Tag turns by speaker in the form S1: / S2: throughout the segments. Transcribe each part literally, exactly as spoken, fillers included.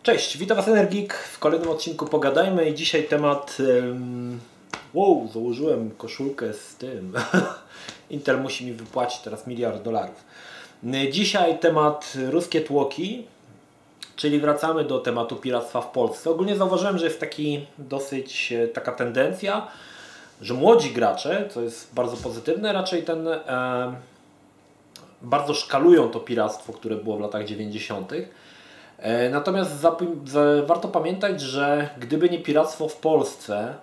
S1: Cześć, witam Was Energik w kolejnym odcinku Pogadajmy i dzisiaj temat... Um, wow, założyłem koszulkę z tym. Intel musi mi wypłacić teraz miliard dolarów. Dzisiaj temat ruskie tłoki, czyli wracamy do tematu piractwa w Polsce. Ogólnie zauważyłem, że jest taki dosyć taka tendencja, że młodzi gracze, co jest bardzo pozytywne, raczej ten e, bardzo szkalują to piractwo, które było w latach dziewięćdziesiątych. Natomiast warto pamiętać, że gdyby nie piractwo w Polsce,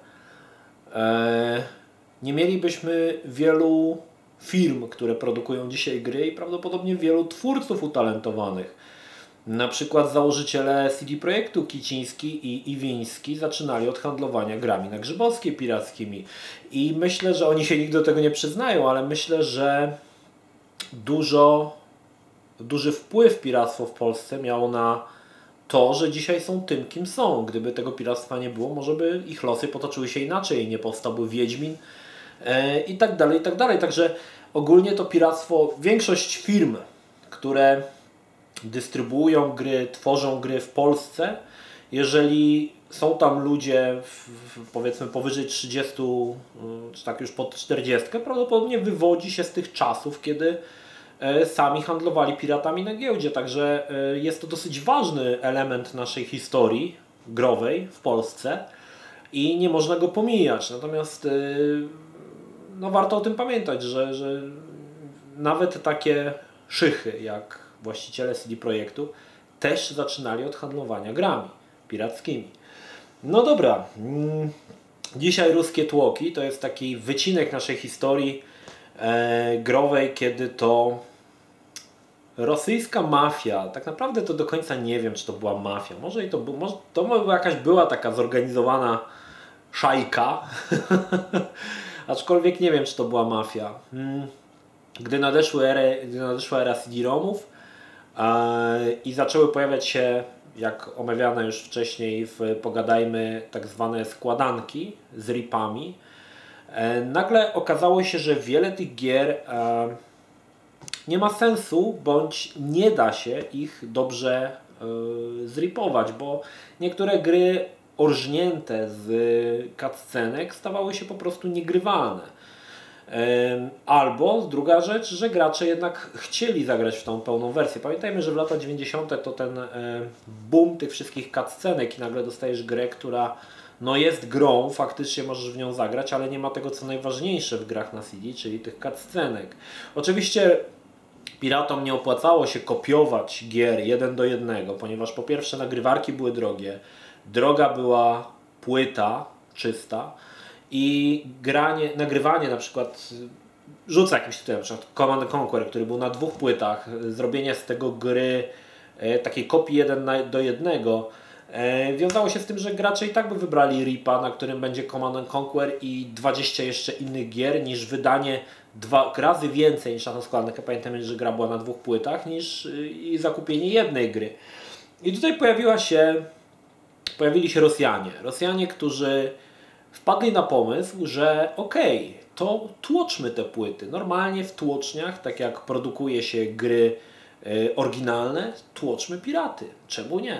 S1: nie mielibyśmy wielu firm, które produkują dzisiaj gry i prawdopodobnie wielu twórców utalentowanych. Na przykład założyciele C D Projektu Kiciński i Iwiński zaczynali od handlowania grami na Grzybowskiej pirackimi. I myślę, że oni się nigdy do tego nie przyznają, ale myślę, że dużo duży wpływ piractwo w Polsce miało na to, że dzisiaj są tym, kim są. Gdyby tego piractwa nie było, może by ich losy potoczyły się inaczej, nie powstałby Wiedźmin e, i tak dalej, i tak dalej. Także ogólnie to piractwo, większość firm, które dystrybuują gry, tworzą gry w Polsce, jeżeli są tam ludzie w, w, powiedzmy powyżej trzydziestu, czy tak już pod czterdziestkę, prawdopodobnie wywodzi się z tych czasów, kiedy sami handlowali piratami na giełdzie, także jest to dosyć ważny element naszej historii growej w Polsce i nie można go pomijać. Natomiast no, warto o tym pamiętać, że, że nawet takie szychy jak właściciele C D Projektu też zaczynali od handlowania grami pirackimi. No dobra, dzisiaj ruskie tłoki to jest taki wycinek naszej historii growej, kiedy to rosyjska mafia, tak naprawdę to do końca nie wiem, czy to była mafia, może i to, może, to może jakaś była taka zorganizowana szajka, aczkolwiek nie wiem, czy to była mafia. Gdy, nadeszły ery, gdy nadeszła era C D-ROMów yy, i zaczęły pojawiać się, jak omawiane już wcześniej w Pogadajmy, tak zwane składanki z ripami, yy, nagle okazało się, że wiele tych gier yy, nie ma sensu, bądź nie da się ich dobrze yy, zripować, bo niektóre gry orżnięte z cutscenek stawały się po prostu niegrywalne. Yy, albo druga rzecz, że gracze jednak chcieli zagrać w tą pełną wersję. Pamiętajmy, że w lata dziewięćdziesiąte to ten yy, boom tych wszystkich cutscenek i nagle dostajesz grę, która no jest grą, faktycznie możesz w nią zagrać, ale nie ma tego, co najważniejsze w grach na C D, czyli tych cutscenek. Oczywiście piratom nie opłacało się kopiować gier jeden do jednego, ponieważ po pierwsze nagrywarki były drogie, droga była płyta czysta i granie, nagrywanie na przykład, rzucę jakimś tytułem, na przykład Command and Conquer, który był na dwóch płytach, zrobienie z tego gry e, takiej kopii jeden do jednego e, wiązało się z tym, że gracze i tak by wybrali ripa, na którym będzie Command and Conquer i dwadzieścia jeszcze innych gier, niż wydanie dwa razy więcej niż na tą składankę. Pamiętajmy, że gra była na dwóch płytach, niż i zakupienie jednej gry. I tutaj pojawiła się, pojawili się Rosjanie. Rosjanie, którzy wpadli na pomysł, że okej, okay, to tłoczmy te płyty. Normalnie w tłoczniach, tak jak produkuje się gry y, oryginalne, tłoczmy piraty. Czemu nie?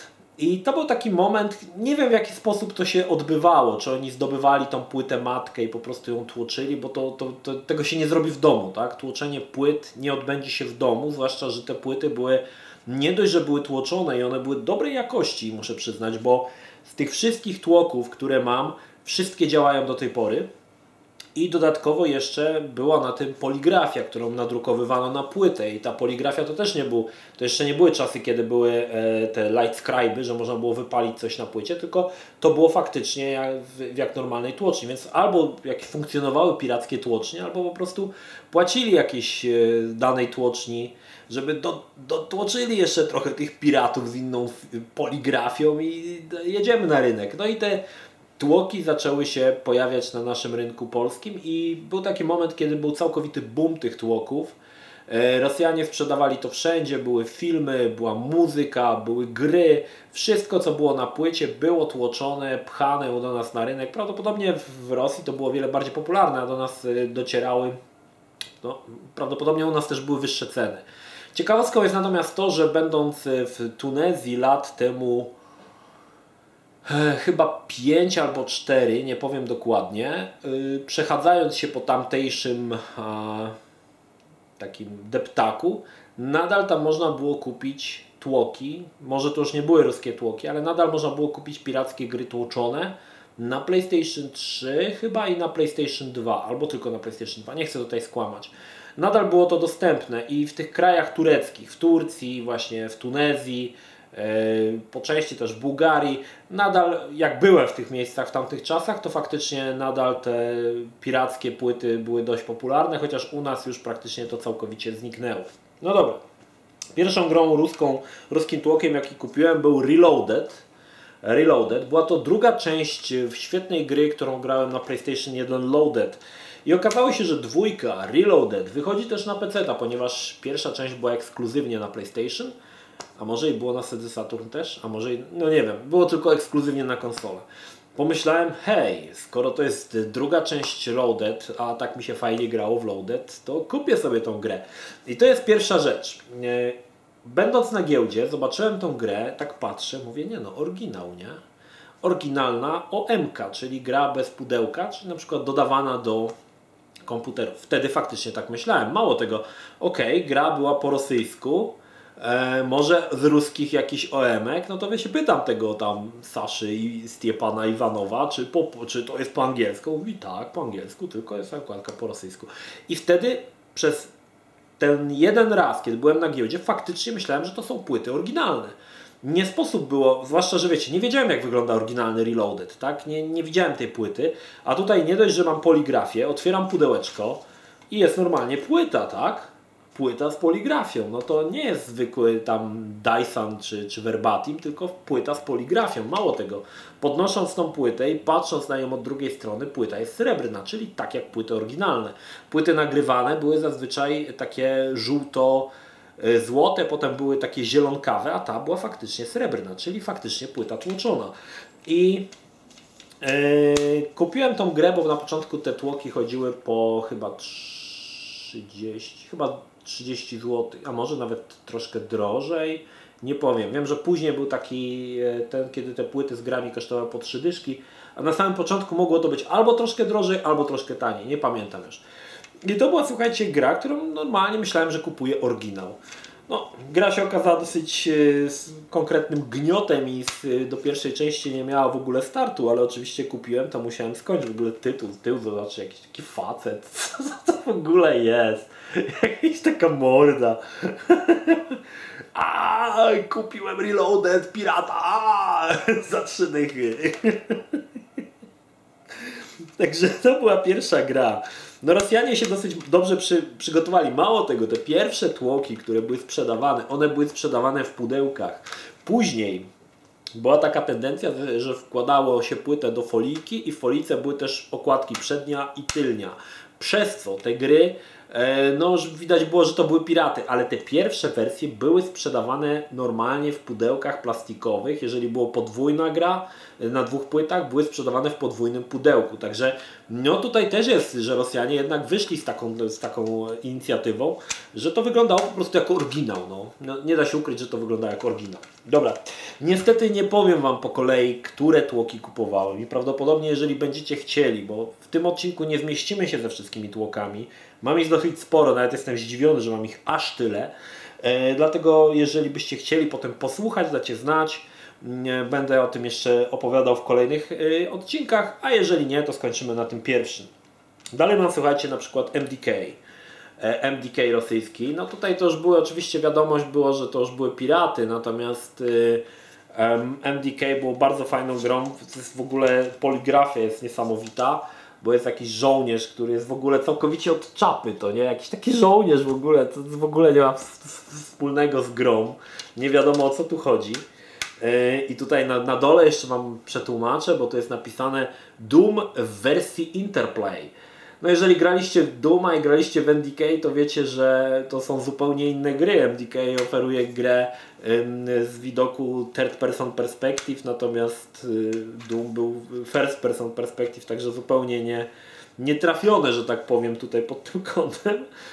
S1: I to był taki moment, nie wiem w jaki sposób to się odbywało, czy oni zdobywali tą płytę matkę i po prostu ją tłoczyli, bo to, to, to, tego się nie zrobi w domu, tak? Tłoczenie płyt nie odbędzie się w domu, zwłaszcza, że te płyty były, nie dość, że były tłoczone i one były dobrej jakości, muszę przyznać, bo z tych wszystkich tłoków, które mam, wszystkie działają do tej pory. I dodatkowo jeszcze była na tym poligrafia, którą nadrukowywano na płytę i ta poligrafia to też nie był, to jeszcze nie były czasy, kiedy były e, te light scribe'y, że można było wypalić coś na płycie, tylko to było faktycznie jak, jak normalnej tłoczni, więc albo jak funkcjonowały pirackie tłocznie, albo po prostu płacili jakiejś e, danej tłoczni, żeby do, dotłoczyli jeszcze trochę tych piratów z inną poligrafią i jedziemy na rynek. No i te tłoki zaczęły się pojawiać na naszym rynku polskim i był taki moment, kiedy był całkowity boom tych tłoków. Rosjanie sprzedawali to wszędzie, były filmy, była muzyka, były gry, wszystko co było na płycie było tłoczone, pchane do nas na rynek. Prawdopodobnie w Rosji to było o wiele bardziej popularne, a do nas docierały, no, prawdopodobnie u nas też były wyższe ceny. Ciekawostką jest natomiast to, że będąc w Tunezji lat temu e, chyba pięć albo cztery, nie powiem dokładnie, y, przechadzając się po tamtejszym a, takim deptaku, nadal tam można było kupić tłoki, może to już nie były ruskie tłoki, ale nadal można było kupić pirackie gry tłoczone na PlayStation trzy chyba i na PlayStation dwa, albo tylko na PlayStation dwa, nie chcę tutaj skłamać. Nadal było to dostępne i w tych krajach tureckich, w Turcji, właśnie w Tunezji, yy, po części też w Bułgarii, nadal jak byłem w tych miejscach w tamtych czasach, to faktycznie nadal te pirackie płyty były dość popularne, chociaż u nas już praktycznie to całkowicie zniknęło. No dobra. Pierwszą grą ruską, ruskim tłokiem, jaki kupiłem, był Reloaded. Reloaded. Była to druga część świetnej gry, którą grałem na PlayStation jeden Loaded. I okazało się, że dwójka Reloaded wychodzi też na peceta, ponieważ pierwsza część była ekskluzywnie na PlayStation, a może i było na Sega Saturn też, a może i, no nie wiem, było tylko ekskluzywnie na konsolę. Pomyślałem, hej, skoro to jest druga część Loaded, a tak mi się fajnie grało w Loaded, to kupię sobie tą grę. I to jest pierwsza rzecz. Będąc na giełdzie, zobaczyłem tą grę, tak patrzę, mówię, nie no, oryginał, nie? Oryginalna O M K, czyli gra bez pudełka, czyli na przykład dodawana do komputerów. Wtedy faktycznie tak myślałem. Mało tego, okej, okay, gra była po rosyjsku, e, może z ruskich jakiś O M ek, no to ja się pytam tego tam Saszy i Stiepana Iwanowa, czy, po, czy to jest po angielsku? Mówi tak, po angielsku, tylko jest nakładka po rosyjsku. I wtedy przez ten jeden raz, kiedy byłem na giełdzie, faktycznie myślałem, że to są płyty oryginalne. Nie sposób było, zwłaszcza, że wiecie, nie wiedziałem jak wygląda oryginalny Reloaded, tak? Nie, nie widziałem tej płyty, a tutaj nie dość, że mam poligrafię, otwieram pudełeczko i jest normalnie płyta, tak? Płyta z poligrafią, no to nie jest zwykły tam Dyson czy, czy Verbatim, tylko płyta z poligrafią. Mało tego, podnosząc tą płytę i patrząc na nią od drugiej strony, płyta jest srebrna, czyli tak jak płyty oryginalne. Płyty nagrywane były zazwyczaj takie żółto złote, potem były takie zielonkawe, a ta była faktycznie srebrna, czyli faktycznie płyta tłoczona. I yy, kupiłem tą grę, bo na początku te tłoki chodziły po chyba trzydzieści, chyba trzydzieści złotych, a może nawet troszkę drożej, nie powiem. Wiem, że później był taki ten, kiedy te płyty z grami kosztowały po trzy dyszki, a na samym początku mogło to być albo troszkę drożej, albo troszkę taniej, nie pamiętam już. I to była, słuchajcie, gra, którą normalnie myślałem, że kupuję oryginał. No, gra się okazała dosyć e, z konkretnym gniotem i z, do pierwszej części nie miała w ogóle startu, ale oczywiście kupiłem, to musiałem skończyć. W ogóle tytuł, tył zobaczcie, jakiś taki facet, co to w ogóle jest? Jakaś taka morda. A, kupiłem Reloaded, pirata, a, za trzy dychy. Także to była pierwsza gra. No Rosjanie się dosyć dobrze przy, przygotowali. Mało tego, te pierwsze tłoki, które były sprzedawane, one były sprzedawane w pudełkach. Później była taka tendencja, że wkładało się płytę do folijki i w folijce były też okładki przednia i tylnia. Przez co te gry, no już widać było, że to były piraty, ale te pierwsze wersje były sprzedawane normalnie w pudełkach plastikowych. Jeżeli było podwójna gra na dwóch płytach, były sprzedawane w podwójnym pudełku. Także no tutaj też jest, że Rosjanie jednak wyszli z taką, z taką inicjatywą, że to wyglądało po prostu jako oryginał. No. No, nie da się ukryć, że to wygląda jak oryginał. Dobra, niestety nie powiem Wam po kolei, które tłoki kupowałem i prawdopodobnie jeżeli będziecie chcieli, bo w tym odcinku nie zmieścimy się ze wszystkimi tłokami, mam ich dosyć sporo, nawet jestem zdziwiony, że mam ich aż tyle, e, dlatego jeżeli byście chcieli potem posłuchać, dacie znać, e, będę o tym jeszcze opowiadał w kolejnych e, odcinkach, a jeżeli nie, to skończymy na tym pierwszym. Dalej mam, słuchajcie, na przykład M D K. M D K rosyjski. No tutaj to już były, oczywiście wiadomość było, że to już były piraty, natomiast M D K było bardzo fajną grą. W ogóle poligrafia jest niesamowita, bo jest jakiś żołnierz, który jest w ogóle całkowicie od czapy, to nie? Jakiś taki żołnierz w ogóle, to w ogóle nie ma wspólnego z grą. Nie wiadomo, o co tu chodzi. I tutaj na, na dole jeszcze mam przetłumaczę, bo to jest napisane Doom w wersji Interplay. No jeżeli graliście w Dooma i graliście w M D K, to wiecie, że to są zupełnie inne gry. M D K oferuje grę ym, z widoku third person perspective, natomiast y, Doom był first person perspective, także zupełnie nie, nie trafione, że tak powiem, tutaj pod tym kątem.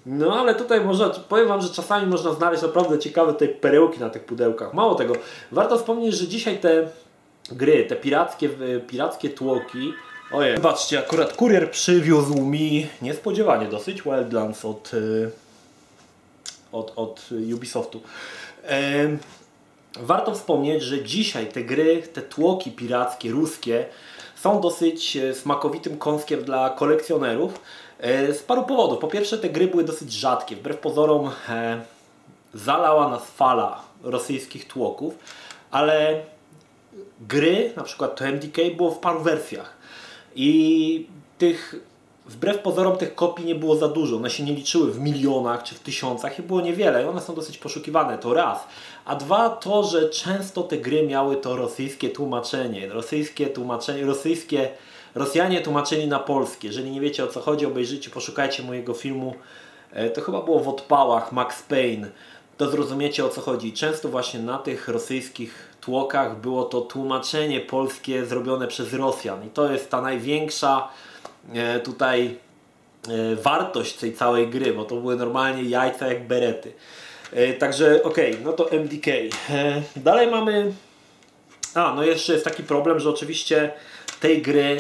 S1: No ale tutaj można, powiem Wam, że czasami można znaleźć naprawdę ciekawe tej perełki na tych pudełkach. Mało tego, warto wspomnieć, że dzisiaj te gry, te pirackie, pirackie tłoki. Ojej, zobaczcie, akurat kurier przywiózł mi niespodziewanie dosyć Wildlands od, od, od Ubisoftu. Ehm, warto wspomnieć, że dzisiaj te gry, te tłoki pirackie, ruskie są dosyć smakowitym kąskiem dla kolekcjonerów z paru powodów. Po pierwsze, te gry były dosyć rzadkie. Wbrew pozorom e, zalała nas fala rosyjskich tłoków, ale gry, na przykład to M D K, było w paru wersjach i tych, wbrew pozorom tych kopii nie było za dużo. One się nie liczyły w milionach czy w tysiącach i było niewiele i one są dosyć poszukiwane, to raz. A dwa, to, że często te gry miały to rosyjskie tłumaczenie, rosyjskie tłumaczenie, rosyjskie Rosjanie tłumaczyli na polskie. Jeżeli nie wiecie, o co chodzi, obejrzyjcie, poszukajcie mojego filmu. To chyba było w Odpałach, Max Payne. To zrozumiecie, o co chodzi. Często właśnie na tych rosyjskich tłokach było to tłumaczenie polskie zrobione przez Rosjan. I to jest ta największa e, tutaj e, wartość tej całej gry, bo to były normalnie jajca jak berety. E, także okej, okay, no to M D K. E, dalej mamy... A, no jeszcze jest taki problem, że oczywiście tej gry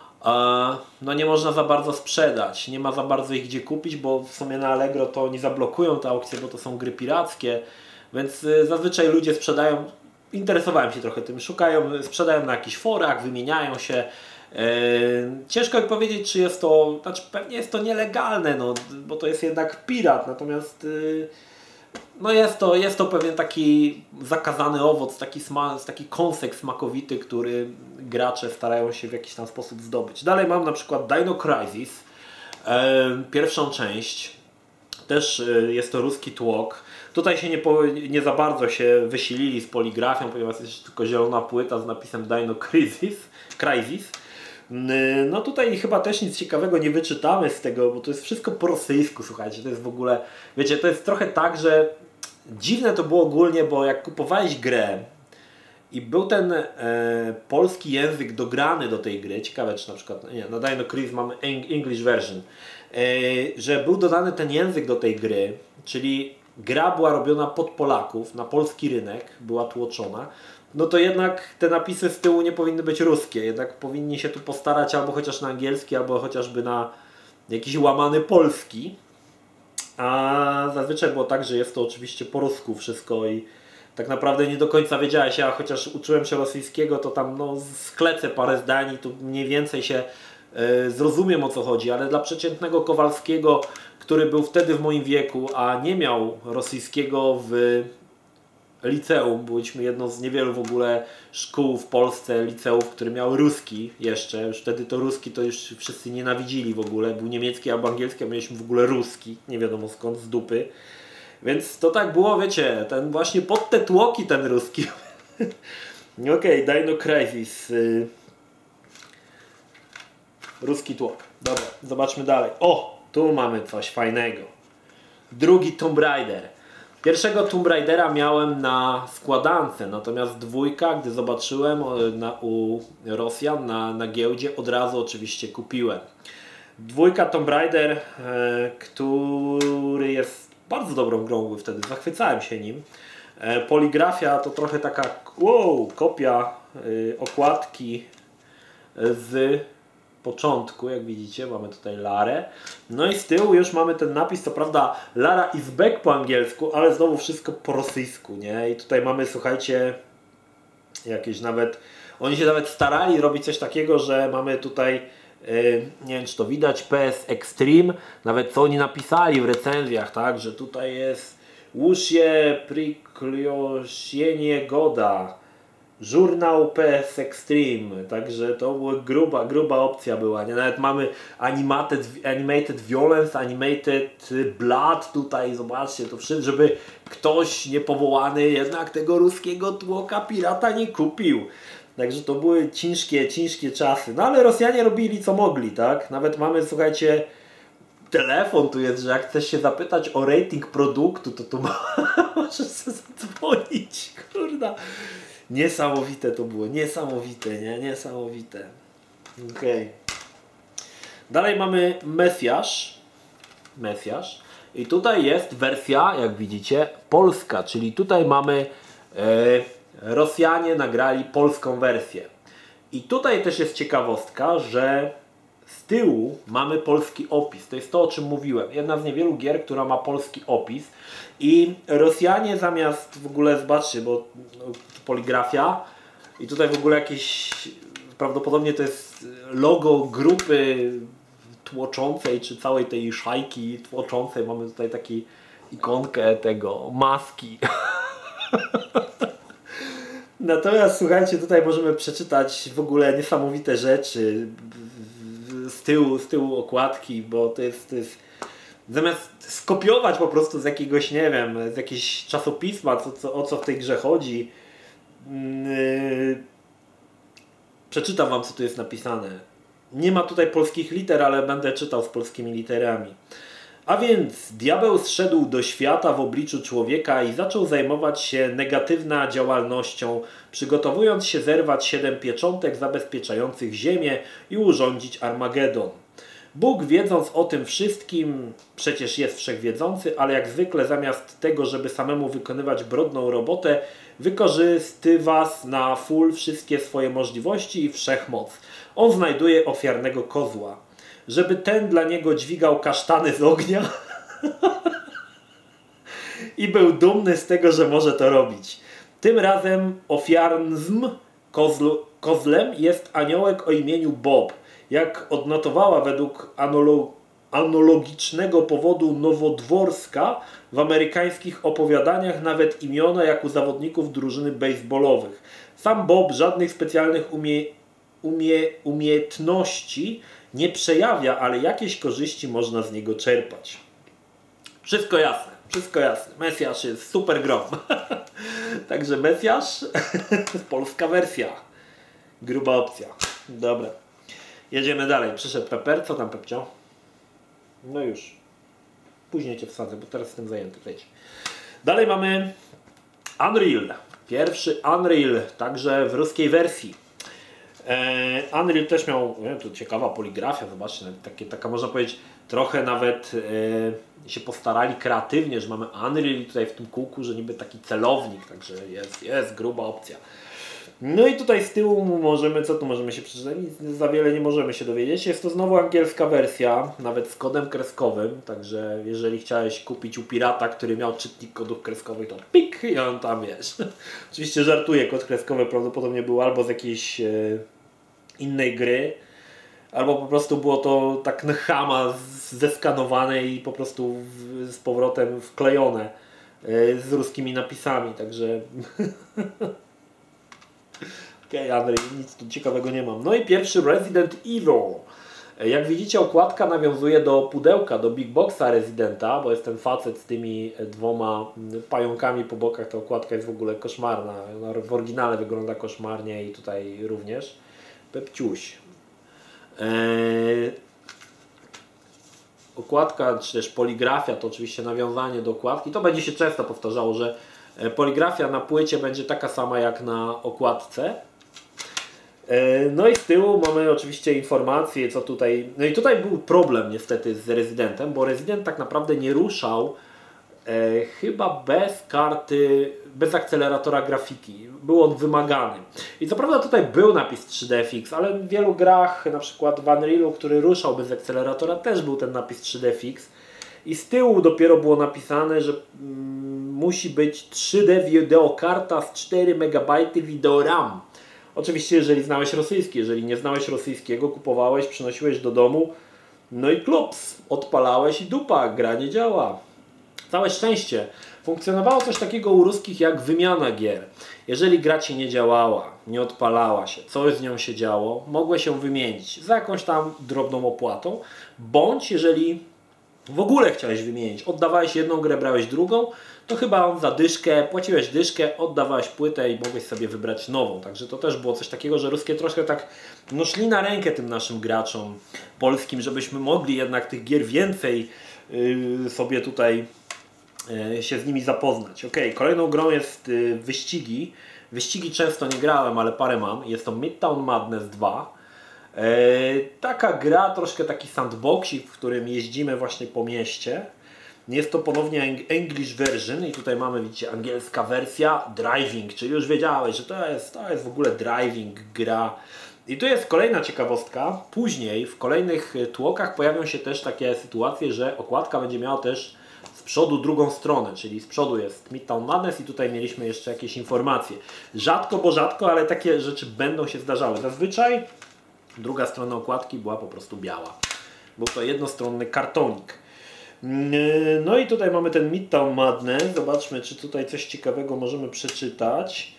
S1: no nie można za bardzo sprzedać, nie ma za bardzo ich gdzie kupić, bo w sumie na Allegro to oni zablokują te aukcje, bo to są gry pirackie, więc zazwyczaj ludzie sprzedają, interesowałem się trochę tym, szukają, sprzedają na jakichś forach, wymieniają się. Ciężko mi powiedzieć, czy jest to, znaczy pewnie jest to nielegalne, no, bo to jest jednak pirat, natomiast no jest to, jest to pewien taki zakazany owoc, taki, sma, taki kąsek smakowity, który gracze starają się w jakiś tam sposób zdobyć. Dalej mam na przykład Dino Crisis, e, pierwszą część, też e, jest to ruski tłok. Tutaj się nie, po, nie za bardzo się wysilili z poligrafią, ponieważ jest tylko zielona płyta z napisem Dino Crisis. Crisis. No tutaj chyba też nic ciekawego nie wyczytamy z tego, bo to jest wszystko po rosyjsku, słuchajcie, to jest w ogóle, wiecie, to jest trochę tak, że dziwne to było ogólnie, bo jak kupowałeś grę i był ten e, polski język dograny do tej gry, ciekawe czy na przykład, nie, na Dino Crisis mamy English version, e, że był dodany ten język do tej gry, czyli gra była robiona pod Polaków, na polski rynek, była tłoczona, no to jednak te napisy z tyłu nie powinny być ruskie, jednak powinni się tu postarać albo chociaż na angielski, albo chociażby na jakiś łamany polski. A zazwyczaj było tak, że jest to oczywiście po rusku wszystko i tak naprawdę nie do końca wiedziałeś, ja chociaż uczyłem się rosyjskiego, to tam no sklecę parę zdań i tu mniej więcej się y, zrozumiem, o co chodzi, ale dla przeciętnego Kowalskiego, który był wtedy w moim wieku, a nie miał rosyjskiego w liceum, byliśmy jedną z niewielu w ogóle szkół w Polsce, liceów, które miały ruski jeszcze, już wtedy to ruski to już wszyscy nienawidzili w ogóle, był niemiecki albo angielski, a mieliśmy w ogóle ruski, nie wiadomo skąd, z dupy, więc to tak było, wiecie, ten właśnie pod te tłoki ten ruski. Okej, okay, Dino Crisis, yy. ruski tłok, dobra, zobaczmy dalej. O, tu mamy coś fajnego, drugi Tomb Raider. Pierwszego Tomb Raidera miałem na składance, natomiast dwójka, gdy zobaczyłem na, u Rosjan na, na giełdzie, od razu oczywiście kupiłem. Dwójka Tomb Raider, e, który jest bardzo dobrą grą, wtedy zachwycałem się nim. E, poligrafia to trochę taka wow, kopia e, okładki z początku, jak widzicie, mamy tutaj Larę. No i z tyłu już mamy ten napis, co prawda Lara is back po angielsku, ale znowu wszystko po rosyjsku, nie? I tutaj mamy, słuchajcie, jakieś nawet, oni się nawet starali robić coś takiego, że mamy tutaj, yy, nie wiem czy to widać, P S Extreme, nawet co oni napisali w recenzjach, tak, że tutaj jest Łuszje Priklosienie Goda. Żurnał P S Extreme, także to była gruba, gruba opcja była, nie? Nawet mamy animated, animated violence, animated blood tutaj, zobaczcie, to wszystko, żeby ktoś niepowołany jednak tego ruskiego tłoka pirata nie kupił. Także to były ciężkie, ciężkie czasy, no ale Rosjanie robili co mogli, tak? Nawet mamy, słuchajcie, telefon tu jest, że jak chcesz się zapytać o rating produktu, to tu możesz sobie zadzwonić, kurda. Niesamowite to było, niesamowite, nie? Niesamowite. Okej. Okay. Dalej mamy Mesjasz. Mesjasz. I tutaj jest wersja, jak widzicie, polska, czyli tutaj mamy e, Rosjanie nagrali polską wersję. I tutaj też jest ciekawostka, że z tyłu mamy polski opis. To jest to, o czym mówiłem. Jedna z niewielu gier, która ma polski opis. I Rosjanie zamiast w ogóle, zobaczcie, bo no, poligrafia i tutaj w ogóle jakieś, prawdopodobnie to jest logo grupy tłoczącej, czy całej tej szajki tłoczącej. Mamy tutaj taką ikonkę tego, maski. Natomiast słuchajcie, tutaj możemy przeczytać w ogóle niesamowite rzeczy z tyłu, z tyłu okładki, bo to jest, to jest zamiast skopiować po prostu z jakiegoś, nie wiem, z jakiegoś czasopisma, co, co, o co w tej grze chodzi, yy, przeczytam wam, co tu jest napisane. Nie ma tutaj polskich liter, ale będę czytał z polskimi literami. A więc diabeł zszedł do świata w obliczu człowieka i zaczął zajmować się negatywną działalnością, przygotowując się zerwać siedem pieczątek zabezpieczających ziemię i urządzić Armagedon. Bóg, wiedząc o tym wszystkim, przecież jest wszechwiedzący, ale jak zwykle zamiast tego, żeby samemu wykonywać brodną robotę, wykorzystywa na full wszystkie swoje możliwości i wszechmoc. On znajduje ofiarnego kozła, żeby ten dla niego dźwigał kasztany z ognia i był dumny z tego, że może to robić. Tym razem ofiarnym kozl, kozlem jest aniołek o imieniu Bob. Jak odnotowała według analo, analogicznego powodu Nowodworska w amerykańskich opowiadaniach nawet imiona jak u zawodników drużyny baseballowych. Sam Bob żadnych specjalnych umie, umie, umiejętności nie przejawia, ale jakieś korzyści można z niego czerpać. Wszystko jasne, wszystko jasne. Mesjasz jest super grom. Także Mesjasz, polska wersja. Gruba opcja. Dobra. Jedziemy dalej. Przyszedł Pepper. Co tam, Pepcio? No już. Później cię wsadzę, bo teraz jestem zajęty. Wejdź. Dalej mamy Unreal. Pierwszy Unreal, także w ruskiej wersji. Eee, Unreal też miał, nie, tu ciekawa poligrafia, zobaczcie, takie, taka można powiedzieć, trochę nawet e, się postarali kreatywnie, że mamy Unreal tutaj w tym kółku, że niby taki celownik, także jest, jest gruba opcja. No i tutaj z tyłu możemy, co tu możemy się przeczytać? Nic za wiele nie możemy się dowiedzieć. Jest to znowu angielska wersja, nawet z kodem kreskowym, także jeżeli chciałeś kupić u pirata, który miał czytnik kodów kreskowych, to pik i on tam jest. Oczywiście żartuję, kod kreskowy prawdopodobnie był albo z jakiejś e, innej gry, albo po prostu było to tak na chama zeskanowane i po prostu w, z powrotem wklejone e, z ruskimi napisami, także... Okej, okay, Andrzej, nic tu ciekawego nie mam. No i pierwszy Resident Evil. Jak widzicie, okładka nawiązuje do pudełka, do Big Boxa Residenta, bo jest ten facet z tymi dwoma pająkami po bokach. Ta okładka jest w ogóle koszmarna. Ona w oryginale wygląda koszmarnie i tutaj również. Pepciuś. Eee... Okładka, czy też poligrafia, to oczywiście nawiązanie do okładki. To będzie się często powtarzało, że poligrafia na płycie będzie taka sama jak na okładce. No i z tyłu mamy oczywiście informacje, co tutaj... No i tutaj był problem niestety z Residentem, bo Resident tak naprawdę nie ruszał e, chyba bez karty, bez akceleratora grafiki. Był on wymagany. I co prawda tutaj był napis trzy D F X, ale w wielu grach, na przykład w Unrealu, który ruszał bez akceleratora, też był ten napis trzy D F X. I z tyłu dopiero było napisane, że mm, musi być trzy D wideokarta z cztery megabajty wideo RAM. Oczywiście jeżeli znałeś rosyjski, jeżeli nie znałeś rosyjskiego, kupowałeś, przynosiłeś do domu, no i klops, odpalałeś i dupa, gra nie działa. Całe szczęście. Funkcjonowało coś takiego u ruskich jak wymiana gier. Jeżeli gra ci nie działała, nie odpalała się, coś z nią się działo, mogłeś ją wymienić za jakąś tam drobną opłatą, bądź jeżeli w ogóle chciałeś wymienić, oddawałeś jedną grę, brałeś drugą, to chyba za dyszkę, płaciłeś dyszkę, oddawałeś płytę i mogłeś sobie wybrać nową. Także to też było coś takiego, że ruskie troszkę tak no, szli na rękę tym naszym graczom polskim, żebyśmy mogli jednak tych gier więcej yy, sobie tutaj yy, się z nimi zapoznać. Ok, kolejną grą jest yy, wyścigi. Wyścigi często nie grałem, ale parę mam. Jest to Midtown Madness dwa. Taka gra, troszkę taki sandboxik, w którym jeździmy właśnie po mieście. Jest to ponownie English version i tutaj mamy, widzicie, angielska wersja Driving, czyli już wiedziałeś, że to jest, to jest w ogóle Driving gra. I tu jest kolejna ciekawostka. Później w kolejnych tłokach pojawią się też takie sytuacje, że okładka będzie miała też z przodu drugą stronę, czyli z przodu jest Midtown Madness i tutaj mieliśmy jeszcze jakieś informacje. Rzadko, bo rzadko, ale takie rzeczy będą się zdarzały. Zazwyczaj druga strona okładki była po prostu biała. Był to jednostronny kartonik. No i tutaj mamy ten Midtown Madness. Zobaczmy, czy tutaj coś ciekawego możemy przeczytać.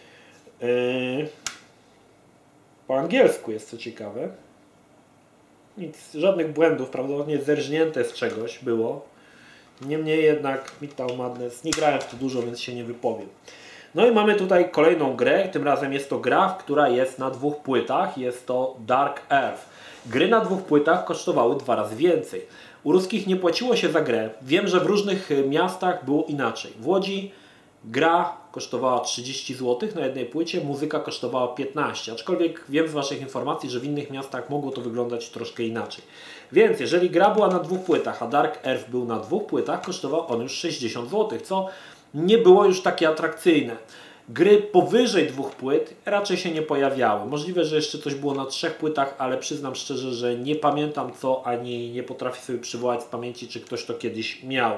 S1: Po angielsku jest co ciekawe. Nic, żadnych błędów, prawdopodobnie zerżnięte z czegoś było. Niemniej jednak Midtown Madness, nie grałem w to dużo, więc się nie wypowiem. No i mamy tutaj kolejną grę, tym razem jest to gra, która jest na dwóch płytach, jest to Dark Earth. Gry na dwóch płytach kosztowały dwa razy więcej. U ruskich nie płaciło się za grę. Wiem, że w różnych miastach było inaczej. W Łodzi gra kosztowała trzydzieści złotych na jednej płycie, muzyka kosztowała piętnaście. Aczkolwiek wiem z Waszych informacji, że w innych miastach mogło to wyglądać troszkę inaczej. Więc jeżeli gra była na dwóch płytach, a Dark Earth był na dwóch płytach, kosztował on już sześćdziesiąt złotych, co nie było już takie atrakcyjne. Gry powyżej dwóch płyt raczej się nie pojawiały. Możliwe, że jeszcze coś było na trzech płytach, ale przyznam szczerze, że nie pamiętam co, ani nie potrafię sobie przywołać z pamięci, czy ktoś to kiedyś miał.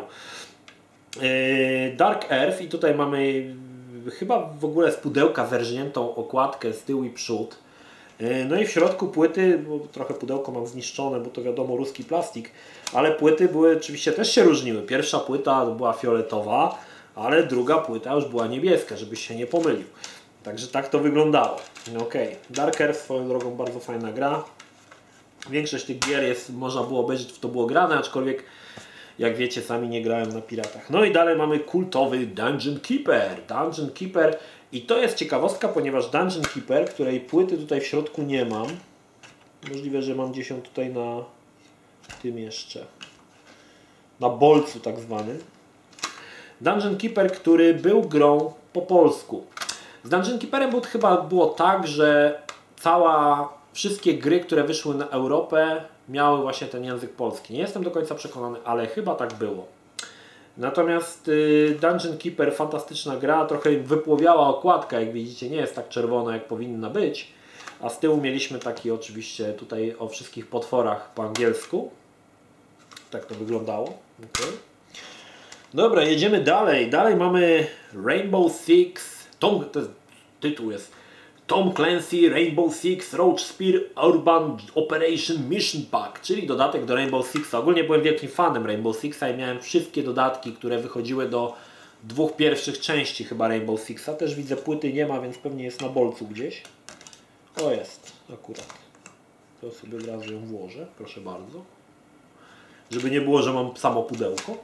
S1: Dark Earth i tutaj mamy chyba w ogóle z pudełka zerżniętą okładkę z tyłu i przód. No i w środku płyty, bo trochę pudełko mam zniszczone, bo to wiadomo ruski plastik, ale płyty były oczywiście też się różniły. Pierwsza płyta była fioletowa, ale druga płyta już była niebieska, żebyś się nie pomylił. Także tak to wyglądało. Ok, Dark Earth swoją drogą bardzo fajna gra. Większość tych gier jest, można było obejrzeć, w to było grane, aczkolwiek jak wiecie, sami nie grałem na piratach. No i dalej mamy kultowy Dungeon Keeper. Dungeon Keeper i to jest ciekawostka, ponieważ Dungeon Keeper, której płyty tutaj w środku nie mam. Możliwe, że mam gdzieś ją tutaj na tym jeszcze. Na bolcu tak zwanym. Dungeon Keeper, który był grą po polsku. Z Dungeon Keeperem było, chyba było tak, że cała, wszystkie gry, które wyszły na Europę, miały właśnie ten język polski. Nie jestem do końca przekonany, ale chyba tak było. Natomiast y, Dungeon Keeper, fantastyczna gra, trochę wypłowiała okładka, jak widzicie, nie jest tak czerwona, jak powinna być. A z tyłu mieliśmy taki oczywiście tutaj o wszystkich potworach po angielsku. Tak to wyglądało. Okay. Dobra, jedziemy dalej. Dalej mamy Rainbow Six. Tom, to jest, tytuł jest Tom Clancy Rainbow Six Rogue Spear Urban Operation Mission Pack, czyli dodatek do Rainbow Sixa. Ogólnie byłem wielkim fanem Rainbow Sixa i miałem wszystkie dodatki, które wychodziły do dwóch pierwszych części chyba Rainbow Sixa. Też widzę, płyty nie ma, więc pewnie jest na bolcu gdzieś. O, jest akurat. To sobie od razu ją włożę, proszę bardzo. Żeby nie było, że mam samo pudełko.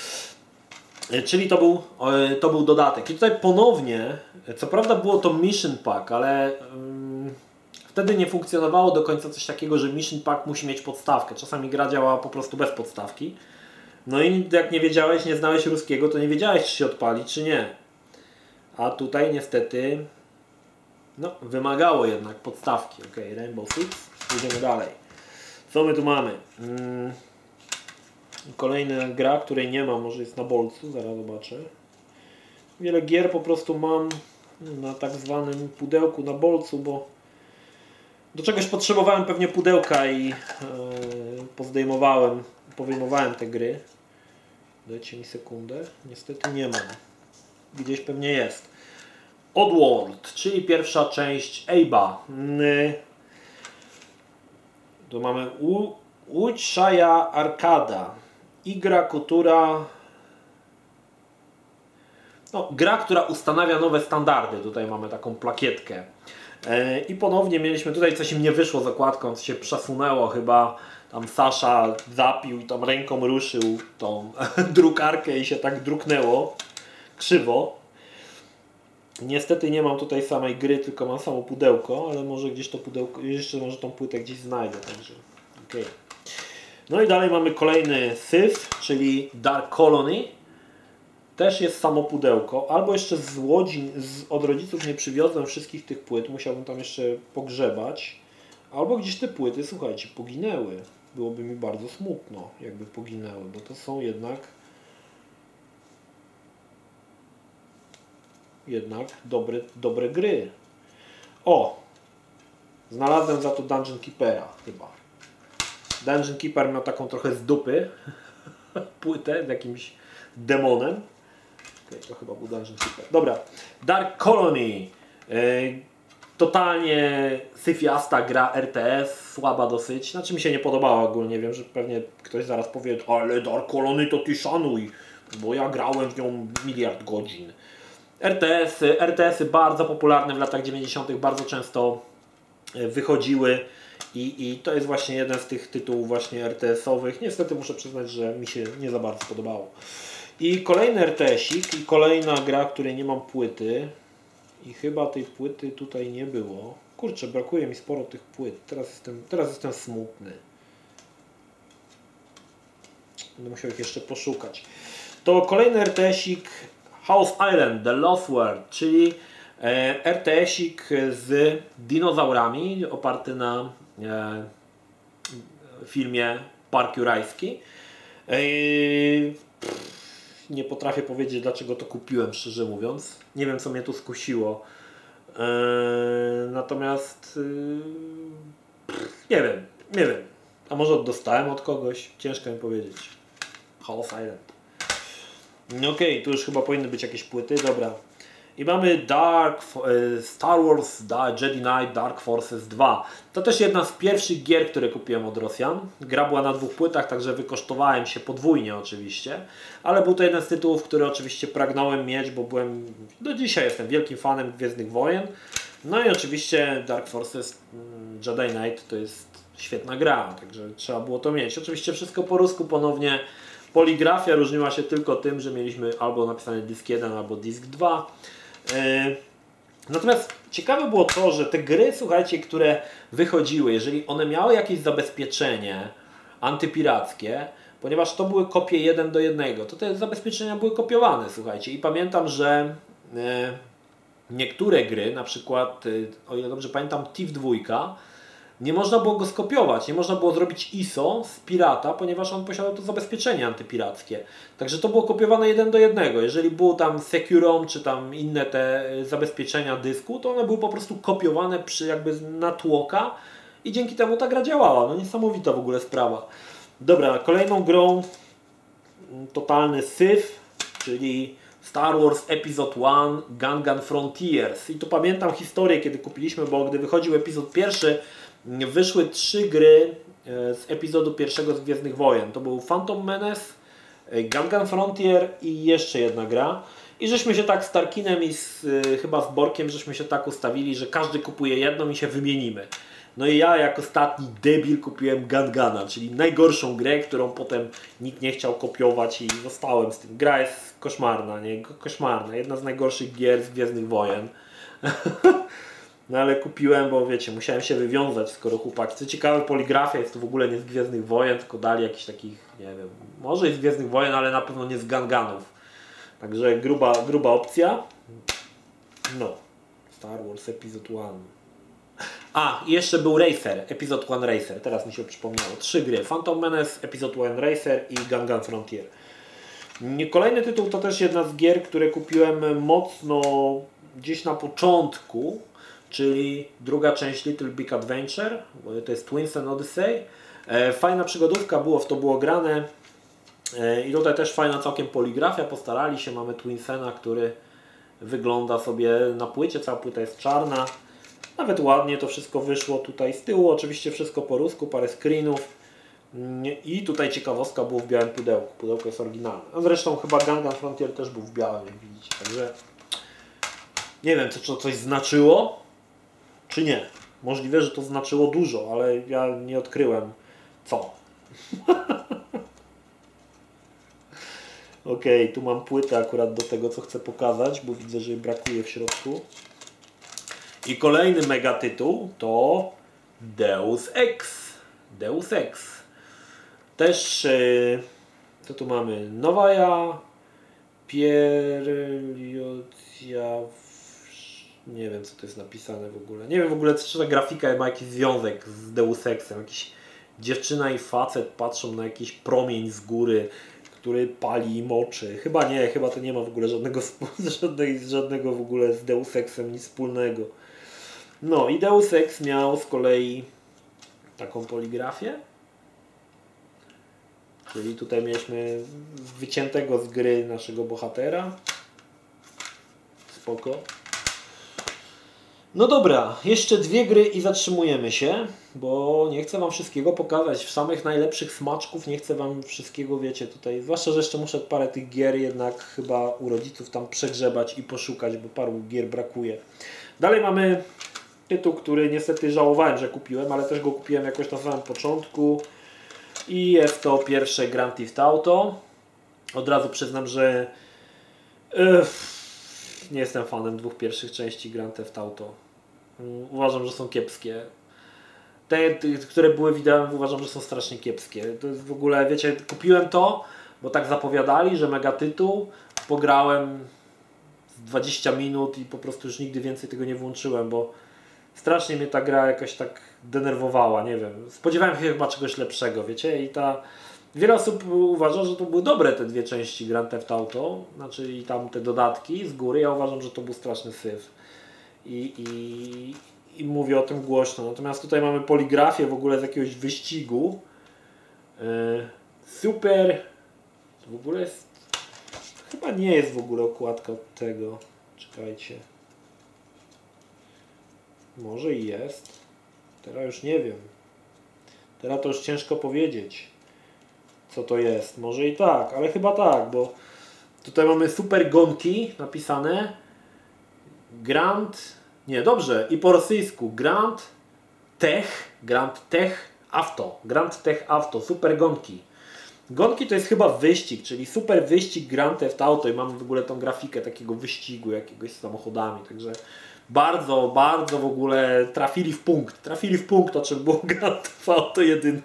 S1: Czyli to był, to był dodatek. I tutaj ponownie, co prawda było to Mission Pack, ale um, wtedy nie funkcjonowało do końca coś takiego, że Mission Pack musi mieć podstawkę. Czasami gra działała po prostu bez podstawki. No i jak nie wiedziałeś, nie znałeś ruskiego, to nie wiedziałeś, czy się odpali, czy nie. A tutaj niestety no, wymagało jednak podstawki. Ok, Rainbow Six. Idziemy dalej. Co my tu mamy? Hmm. Kolejna gra, której nie mam, może jest na bolcu, zaraz zobaczę. Wiele gier po prostu mam na tak zwanym pudełku na bolcu, bo do czegoś potrzebowałem pewnie pudełka i yy, pozdejmowałem, powyjmowałem te gry. Dajcie mi sekundę. Niestety nie mam. Gdzieś pewnie jest. Oddworld, czyli pierwsza część Ejba. Yy. Tu mamy Uczszaja Arkada. I gra, która no, gra, która ustanawia nowe standardy. Tutaj mamy taką plakietkę. Yy, I ponownie mieliśmy tutaj, coś im nie wyszło z okładką, coś się przesunęło chyba. Tam Sasza zapił i tam ręką ruszył tą drukarkę i się tak druknęło krzywo. Niestety nie mam tutaj samej gry, tylko mam samo pudełko, ale może gdzieś to pudełko, jeszcze może tą płytę gdzieś znajdę. Także okay. No i dalej mamy kolejny Syf, czyli Dark Colony. Też jest samo pudełko. Albo jeszcze z Łodzi, z, od rodziców nie przywiozłem wszystkich tych płyt. Musiałbym tam jeszcze pogrzebać. Albo gdzieś te płyty, słuchajcie, poginęły. Byłoby mi bardzo smutno, jakby poginęły, bo to są jednak jednak dobre, dobre gry. O! Znalazłem za to Dungeon Keepera chyba. Dungeon Keeper miał taką trochę z dupy płytę z jakimś demonem. Okay, to chyba był Dungeon Keeper. Dobra. Dark Colony. Yy, totalnie syfiasta gra R T S, słaba dosyć. Znaczy mi się nie podobała ogólnie. Wiem, że pewnie ktoś zaraz powie, ale Dark Colony to ty szanuj, bo ja grałem w nią miliard godzin. R T S-y, R T S-y bardzo popularne w latach dziewięćdziesiątych, bardzo często wychodziły i, i to jest właśnie jeden z tych tytułów właśnie R T S-owych. Niestety muszę przyznać, że mi się nie za bardzo podobało. I kolejny R T S-ik i kolejna gra, której nie mam płyty i chyba tej płyty tutaj nie było. Kurczę, brakuje mi sporo tych płyt. Teraz jestem, teraz jestem smutny. Będę musiał ich jeszcze poszukać. To kolejny R T S-ik House Island, The Lost World, czyli R T S-ik z dinozaurami, oparty na e, filmie Park Jurajski. E, nie potrafię powiedzieć, dlaczego to kupiłem, szczerze mówiąc. Nie wiem, co mnie tu skusiło. E, natomiast e, nie wiem, nie wiem. A może dostałem od kogoś? Ciężko mi powiedzieć. House Island. Okej, okay, tu już chyba powinny być jakieś płyty, dobra. I mamy Dark, Star Wars Jedi Knight Dark Forces dwa. To też jedna z pierwszych gier, które kupiłem od Rosjan. Gra była na dwóch płytach, także wykosztowałem się podwójnie oczywiście. Ale był to jeden z tytułów, który oczywiście pragnąłem mieć, bo byłem, do dzisiaj jestem wielkim fanem Gwiezdnych Wojen. No i oczywiście Dark Forces Jedi Knight to jest świetna gra, także trzeba było to mieć. Oczywiście wszystko po rusku ponownie. Poligrafia różniła się tylko tym, że mieliśmy albo napisany dysk jeden, albo dysk dwa. Natomiast ciekawe było to, że te gry, słuchajcie, które wychodziły, jeżeli one miały jakieś zabezpieczenie antypirackie, ponieważ to były kopie jeden do jednego, to te zabezpieczenia były kopiowane, słuchajcie. I pamiętam, że niektóre gry, na przykład, o ile dobrze pamiętam, Thief dwa, nie można było go skopiować, nie można było zrobić I S O z pirata, ponieważ on posiadał to zabezpieczenie antypirackie. Także to było kopiowane jeden do jednego. Jeżeli było tam Securom czy tam inne te zabezpieczenia dysku, to one były po prostu kopiowane przy jakby na tłoka i dzięki temu ta gra działała. No niesamowita w ogóle sprawa. Dobra, kolejną grą totalny syf, czyli Star Wars Episode jeden Gungan Frontiers. I tu pamiętam historię, kiedy kupiliśmy, bo gdy wychodził epizod pierwszy, wyszły trzy gry z epizodu pierwszego z Gwiezdnych Wojen. To był Phantom Menace, Gungan Frontier i jeszcze jedna gra. I żeśmy się tak z Tarkinem i z, chyba z Borkiem, żeśmy się tak ustawili, że każdy kupuje jedną i się wymienimy. No i ja jak ostatni debil kupiłem Gungana, czyli najgorszą grę, którą potem nikt nie chciał kopiować i zostałem z tym. Gra jest koszmarna, nie? Koszmarna. Jedna z najgorszych gier z Gwiezdnych Wojen. No ale kupiłem, bo wiecie, musiałem się wywiązać, skoro chłopaki. Co ciekawe, poligrafia jest to w ogóle nie z Gwiezdnych Wojen, tylko dali jakichś takich, nie wiem, może i z Gwiezdnych Wojen, ale na pewno nie z Gunganów. Także gruba, gruba opcja. No, Star Wars Episode jeden. A, i jeszcze był Racer, Episode jeden Racer, teraz mi się przypomniało. Trzy gry, Phantom Menace, Episode jeden Racer i Gungan Frontier. Kolejny tytuł to też jedna z gier, które kupiłem mocno gdzieś na początku, czyli druga część Little Big Adventure, to jest Twins and Odyssey. Fajna przygodówka, było w to było grane i tutaj też fajna całkiem poligrafia, postarali się, mamy Twinsena, który wygląda sobie na płycie, cała płyta jest czarna, nawet ładnie to wszystko wyszło tutaj z tyłu, oczywiście wszystko po rusku, parę screenów i tutaj ciekawostka, było w białym pudełku, pudełko jest oryginalne, a zresztą chyba Gungan Frontier też był w białym, jak widzicie, także nie wiem, czy to coś znaczyło, czy nie. Możliwe, że to znaczyło dużo, ale ja nie odkryłem co. Ok, tu mam płytę akurat do tego, co chcę pokazać, bo widzę, że jej brakuje w środku. I kolejny mega tytuł to Deus Ex. Deus Ex. Też, yy, co tu mamy? Nowaja, Pierliotia, nie wiem, co to jest napisane w ogóle. Nie wiem w ogóle, czy ta grafika ma jakiś związek z Deus Exem. Jakiś dziewczyna i facet patrzą na jakiś promień z góry, który pali i moczy. Chyba nie, chyba to nie ma w ogóle żadnego, żadnej, żadnego w ogóle z Deus Exem nic wspólnego. No i Deus Ex miał z kolei taką poligrafię. Czyli tutaj mieliśmy wyciętego z gry naszego bohatera. Spoko. No dobra, jeszcze dwie gry i zatrzymujemy się, bo nie chcę Wam wszystkiego pokazać. W samych najlepszych smaczków nie chcę Wam wszystkiego, wiecie, tutaj. Zwłaszcza, że jeszcze muszę parę tych gier jednak chyba u rodziców tam przegrzebać i poszukać, bo paru gier brakuje. Dalej mamy tytuł, który niestety żałowałem, że kupiłem, ale też go kupiłem jakoś na samym początku. I jest to pierwsze Grand Theft Auto. Od razu przyznam, że yy, nie jestem fanem dwóch pierwszych części Grand Theft Auto. Uważam, że są kiepskie. Te, te które były wideo, uważam, że są strasznie kiepskie. To jest w ogóle, wiecie, kupiłem to, bo tak zapowiadali, że mega tytuł. Pograłem dwadzieścia minut i po prostu już nigdy więcej tego nie włączyłem, bo strasznie mnie ta gra jakoś tak denerwowała, nie wiem. Spodziewałem się chyba czegoś lepszego, wiecie, i ta... Wiele osób uważa, że to były dobre te dwie części Grand Theft Auto, znaczy i tam te dodatki z góry. Ja uważam, że to był straszny syf. I, i, i mówię o tym głośno. Natomiast tutaj mamy poligrafię w ogóle z jakiegoś wyścigu. Yy, super. To w ogóle jest... Chyba nie jest w ogóle okładka od tego. Czekajcie. Może i jest. Teraz już nie wiem. Teraz to już ciężko powiedzieć, co to jest. Może i tak, ale chyba tak, bo tutaj mamy super gonki napisane. Grand... Nie, dobrze. I po rosyjsku. Grand Tech. Grand Tech Auto. Grand Tech Auto. Super gonki. Gonki to jest chyba wyścig, czyli super wyścig Grand Theft Auto i mamy w ogóle tą grafikę takiego wyścigu jakiegoś z samochodami, także bardzo, bardzo w ogóle trafili w punkt. Trafili w punkt, o czym było Grand Theft Auto jeden.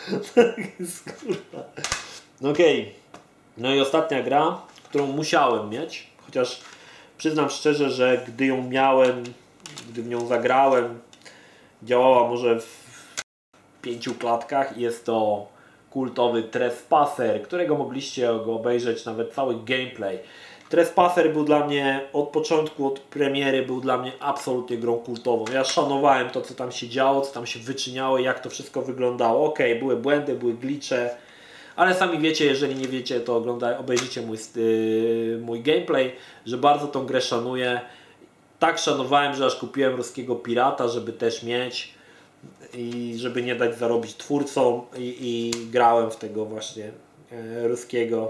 S1: Okej. Okay. No i ostatnia gra, którą musiałem mieć, chociaż przyznam szczerze, że gdy ją miałem, gdy w nią zagrałem, działała może w pięciu klatkach. Jest to kultowy Trespasser, którego mogliście go obejrzeć nawet cały gameplay. Trespasser był dla mnie od początku, od premiery był dla mnie absolutnie grą kultową. Ja szanowałem to, co tam się działo, co tam się wyczyniało, jak to wszystko wyglądało. Ok, były błędy, były glitche, ale sami wiecie, jeżeli nie wiecie, to oglądaj, obejrzyjcie mój, yy, mój gameplay, że bardzo tą grę szanuję. Tak szanowałem, że aż kupiłem ruskiego pirata, żeby też mieć i żeby nie dać zarobić twórcom i, i grałem w tego właśnie e, ruskiego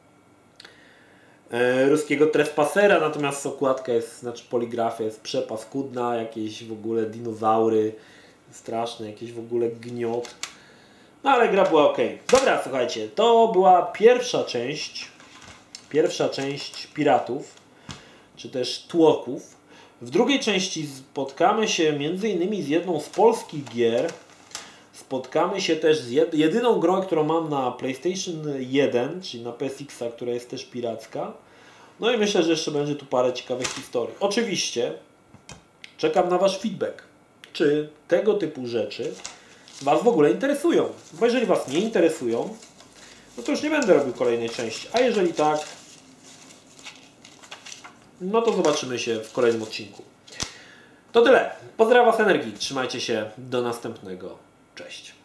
S1: e, ruskiego Trespassera, natomiast okładka jest, znaczy poligrafia jest przepaskudna, jakieś w ogóle dinozaury straszne, jakieś w ogóle gniot. No ale gra była ok. Dobra, słuchajcie, to była pierwsza część pierwsza część Piratów, czy też Tłoków. W drugiej części spotkamy się między innymi z jedną z polskich gier. Spotkamy się też z jed jedyną grą, którą mam na PlayStation jeden, czyli na P S X a, która jest też piracka. No i myślę, że jeszcze będzie tu parę ciekawych historii. Oczywiście czekam na Wasz feedback. Czy tego typu rzeczy Was w ogóle interesują? Bo jeżeli Was nie interesują, no to już nie będę robił kolejnej części. A jeżeli tak, no to zobaczymy się w kolejnym odcinku. To tyle. Pozdrawiam Was Energii. Trzymajcie się. Do następnego. Cześć.